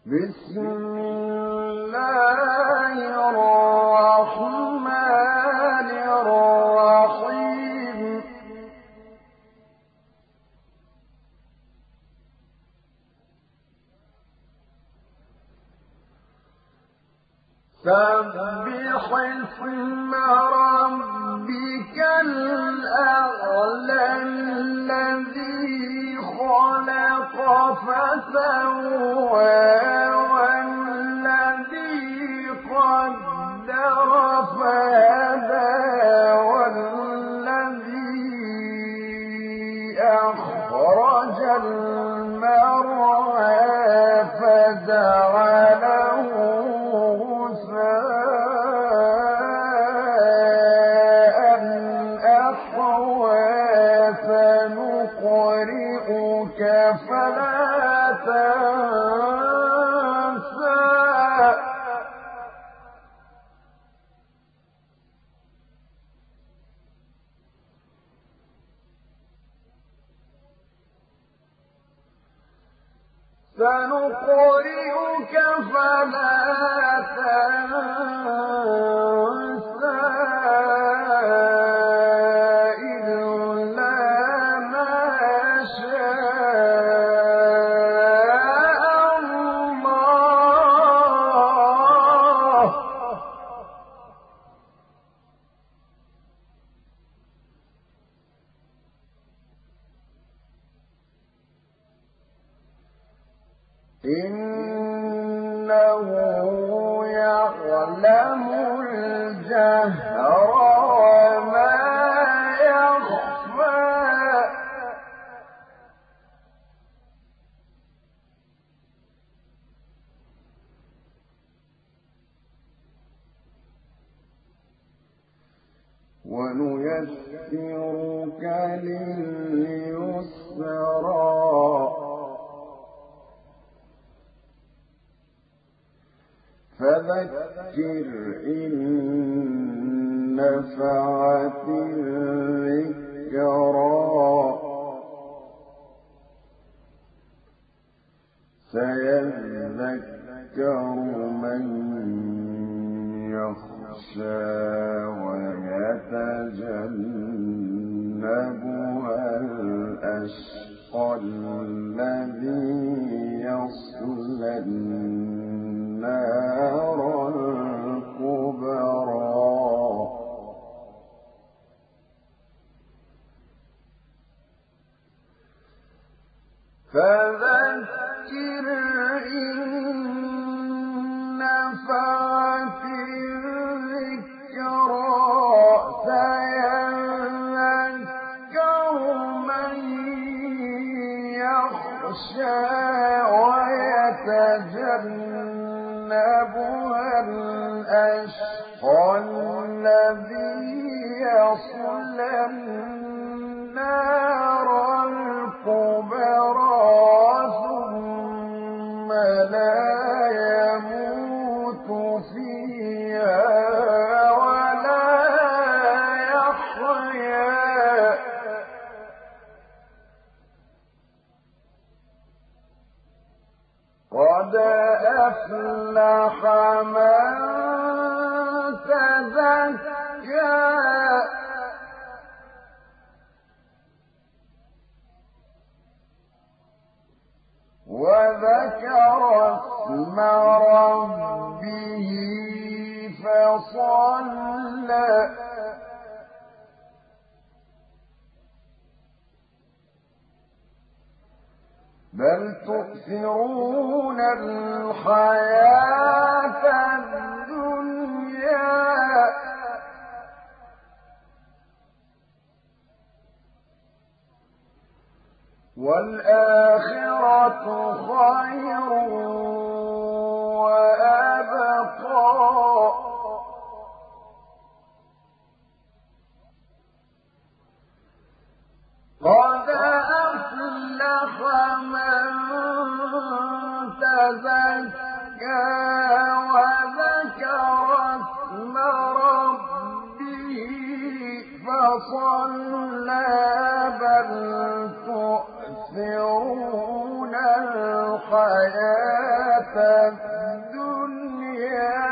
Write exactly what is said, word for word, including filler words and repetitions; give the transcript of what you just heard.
بسم الله الرحمن الرحيم سبح اسم ربك الأعلى الذي خلق فسوى والذي قدر فهدى والذي أخرج المرعى فجعله فلا تنسى سنقرئك فلا تنسى إنه يعلم الجهر وما يخفى ونيسرك لليسرى فذكر إن نفعت الذكرى سيذكر من يخشى ويتجنبها الأشقى الذي يصلى النار الكبرى فذكر إن نفعت الذكرى سيذكر من يخشى ويتجنبها الأشقى الذي يصلى النار الكبرى ثم لا يموت فيها ولا يحيا قد أفلح من تزكى وذكر اسم ربه فصلى بل تؤثرون الحياة الدنيا والآخرة خير وأبقى قد أفلح من تزكى وذكر اسم ربه فصلى بل تؤثرون الحياة الحياة الدنيا